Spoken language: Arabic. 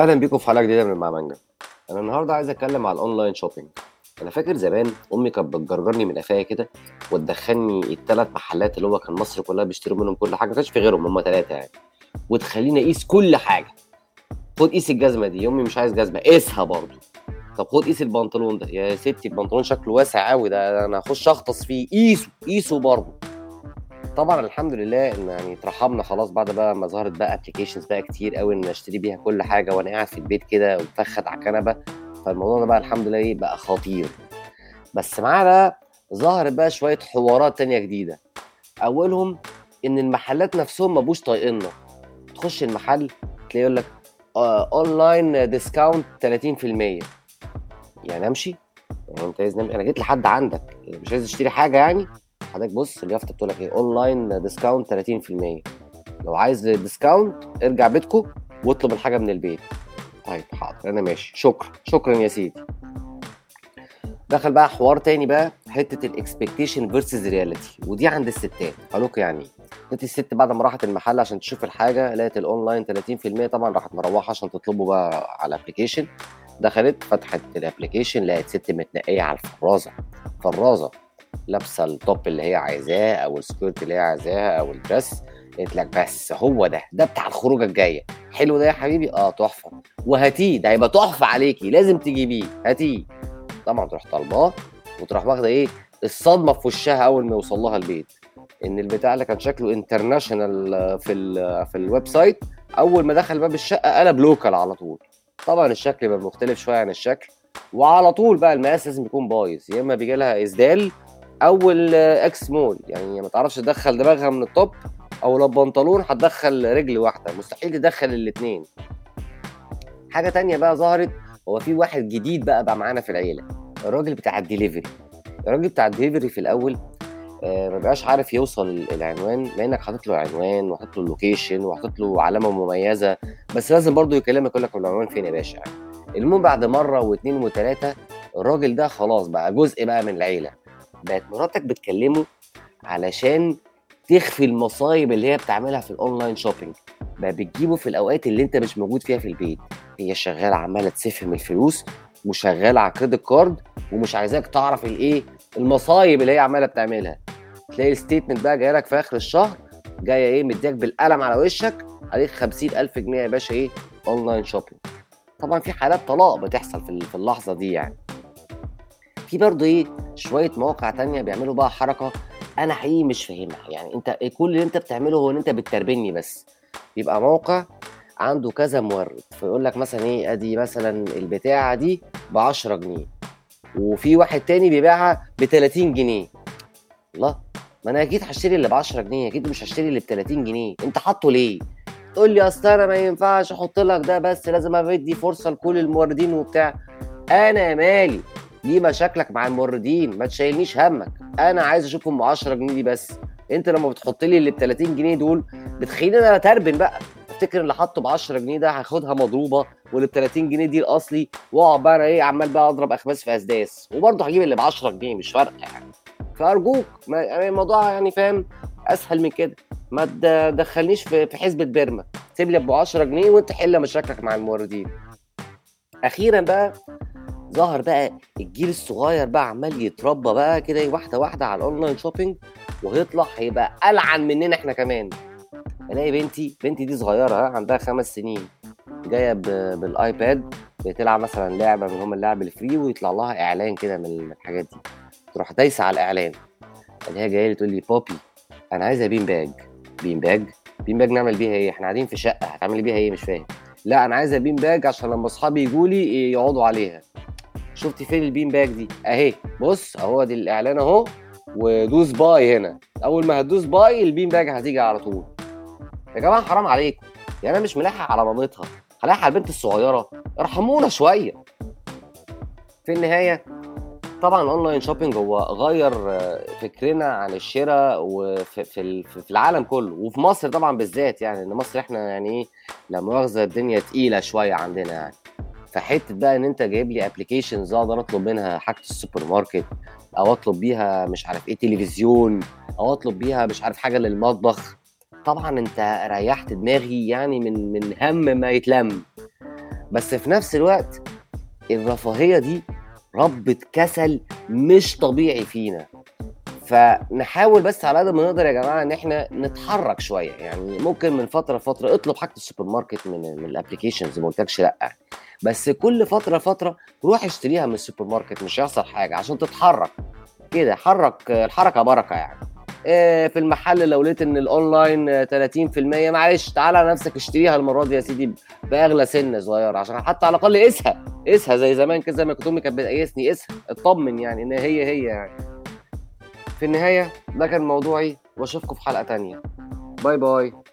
اهلا بيكم في حلقه جديده من مع مانجا. انا النهارده عايز اتكلم على الاونلاين شوبينج. انا فاكر زمان امي كانت بتجرجرني من قفايا كده وتدخلني الثلاث محلات اللي هو كان مصر كلها بيشتروا منهم كل حاجه، ما كانش في غيرهم، هم ثلاثه يعني. وتخليني اقيس كل حاجه. خد قيس الجزمه دي، امي مش عايز جزمه قيسها برضه. طب خد قيس البنطلون ده، يا ستي البنطلون شكله واسع قوي ده انا هخش اغطس فيه، قيسه برضه. طبعا الحمد لله ان يعني اترحمنا خلاص بعد بقى ما ظهرت بقى ابلكيشنز بقى كتير قوي ان اشتري بيها كل حاجه وانا قاعد في البيت كده ومفخد على الكنبه. فالموضوع ده بقى الحمد لله بقى خطير. بس معاه بقى ظهرت بقى شويه حوارات تانية جديده. اولهم ان المحلات نفسهم ما بقوش طايقيننا. تخش المحل تلاقي يقول لك اونلاين ديسكاونت 30%. يعني امشي؟ يعني انت عايز انا جيت لحد عندك مش عايز اشتري حاجه يعني؟ حضرتك بص اليافطه بتقول لك ايه، اونلاين ديسكاونت 30%. لو عايز ديسكاونت ارجع بيتكو واطلب الحاجه من البيت. طيب حاضر انا ماشي، شكرا يا سيدي. دخل بقى حوار تاني بقى، حته الاكسبكتيشن فيرسز رياليتي، ودي عند الستات. قالوا لكم يعني انت الست بعد ما راحت المحل عشان تشوف الحاجه لقيت الاونلاين 30%، طبعا راحت مروحه عشان تطلبه بقى على الابلكيشن. دخلت فتحت الابلكيشن لقيت ست متنقيه على الفرازه لابسه التوب اللي هي عايزاه او السكيرت اللي هي عايزاها او الدرس. قلت لك بس هو ده بتاع الخروجه الجايه. حلو ده يا حبيبي، تحفه. وهاتيه، ده هيبقى تحفه عليكي، لازم تجيبيه، هاتيه. طبعا تروح طالباه وتروح واخده ايه الصدمه في وشها اول ما يوصل لها البيت، ان البتاع اللي كان شكله انترناشونال في الويب سايت اول ما دخل باب الشقه قلب لوكال على طول. طبعا الشكل بقى مختلف شويه عن الشكل، وعلى طول بقى المقاس لازم يكون بايظ، يا اما بيجي لها اسدال او الاكس مول، يعني ما تعرفش تدخل دماغها من التوب، او لو بنطلون هتدخل رجل واحده، مستحيل تدخل الاثنين. حاجه تانية بقى ظهرت، هو في واحد جديد بقى معانا في العيله، الراجل بتاع الدليفري. الراجل بتاع الدليفري في الاول ما بقاش عارف يوصل العنوان، مع انك حاطط له عنوان وحاطط له اللوكيشن وحاطط له علامه مميزه، بس لازم برضو يكلمك يقول لك العنوان فين يا باشا يعني. المهم بعد مره واثنين وثلاثه الراجل ده خلاص بقى جزء بقى من العيله. بقت مراتك بتكلمه علشان تخفي المصايب اللي هي بتعملها في الاونلاين شوبينج. بقى بتجيبه في الاوقات اللي انت مش موجود فيها في البيت، هي شغاله عماله تسفهم الفلوس وشغاله على كريدت كارد ومش عايزاك تعرف الايه المصايب اللي هي عماله بتعملها. تلاقي الستيتمنت بقى جايه لك في اخر الشهر، جايه ايه مديك بالقلم على وشك، عليك 50,000 جنيه يا باشا ايه اونلاين شوبينج. طبعا في حالات طلاق بتحصل في اللحظه دي يعني. في برضه ايه شويه مواقع تانية بيعملوا بقى حركه انا حقيقي مش فاهمها، يعني انت كل اللي انت بتعمله هو ان انت بتتربني بس. يبقى موقع عنده كذا مورد، فيقول لك مثلا ايه ادي مثلا البتاعه دي ب 10 جنيه، وفي واحد تاني بيبيعها ب 30 جنيه. الله، ما انا اكيد هشتري اللي ب 10 جنيه، اكيد مش هشتري اللي ب 30 جنيه. انت حاطه ليه؟ تقول لي اصل انا ما ينفعش احط لك ده، بس لازم ادي فرصه لكل الموردين وبتاع. انا مالي، دي مشاكلك مع الموردين، ما تشيلنيش همك. انا عايز اشوفهم ب 10 جنيه دي بس. انت لما بتحط لي اللي ب 30 جنيه دول بتخليني انا اتربن بقى، افتكر اللي حاطه ب 10 جنيه ده هاخدها مضروبه، واللي ب 30 جنيه دي الاصلي، واقعد بقى انا ايه عمال بقى اضرب اخماس في اسداس، وبرضه هجيب اللي ب 10 جنيه مش فارقه يعني. فارجوك يعني الموضوع يعني فاهم اسهل من كده. ما تدخلنيش في حسبه بيرما، سيب لي ابو 10 جنيه وانت حل مشاكلك مع الموردين. اخيرا بقى ظهر بقى الجيل الصغير بقى عمال يتربى بقى كده واحده واحده على الاونلاين شوبينج، وهيطلع هيبقى ألعن مننا احنا كمان. الاقي بنتي دي صغيره عندها 5 سنين، جايه بالايباد بتلعب مثلا لعبه من هم اللعب الفري، ويطلع لها اعلان كده من الحاجات دي، تروح دايسه على الاعلان اللي هي جايه لي تقول لي بابي انا عايزه بين باج نعمل بيها ايه؟ احنا قاعدين في شقه هتعملي بيها ايه؟ مش فاهم. لا انا عايزه بين باج عشان لما اصحابي يجوا لي يقعدوا عليها. شفتي فين البين باج دي اهي؟ بص اهو دي الاعلان اهو، ودوس باي هنا، اول ما هتدوس باي البين باج هتيجي على طول. يا جماعه حرام عليكم، يعني انا مش ملاحق على مامتها هلاحق على البنت الصغيره؟ ارحمونا شويه. في النهايه طبعا الاونلاين شوبينج هو غير فكرنا عن الشراء وفي العالم كله، وفي مصر طبعا بالذات، يعني ان مصر احنا يعني ايه لا مؤاخذه الدنيا تقيله شويه عندنا يعني. فحته بقى ان انت جايب لي ابلكيشنز اقدر اطلب منها حاجه السوبر ماركت، او اطلب بيها مش عارف ايه تلفزيون، او اطلب بيها مش عارف حاجه للمطبخ. طبعا انت ريحت دماغي يعني من هم ما يتلم. بس في نفس الوقت الرفاهية دي ربِّت كسل مش طبيعي فينا، فنحاول بس على قد ما نقدر يا جماعة إن إحنا نتحرّك شوية، يعني ممكن من فترة لفترة اطلب حاجة السوبر ماركت من الapplications ما قُلتلكش لأ، بس كل فترة روح اشتريها من السوبر ماركت مش هيحصل حاجة عشان تتحرّك، كده حرّك الحركة بركة يعني. في المحل لو لقيت إن الأونلاين 30% معلش تعالَ على نَفْسك اشتريها المرّة دي يا سيدي بأغلى سِنّة صغيّرة عشان حتى على الأقل قيسها زي زمان كده زي ما كانت أمي كانت بتقيّسني، قيسها، اتطمن يعني إن هي يعني. في النهاية ده كان موضوعي واشوفكم في حلقة تانية. باي باي.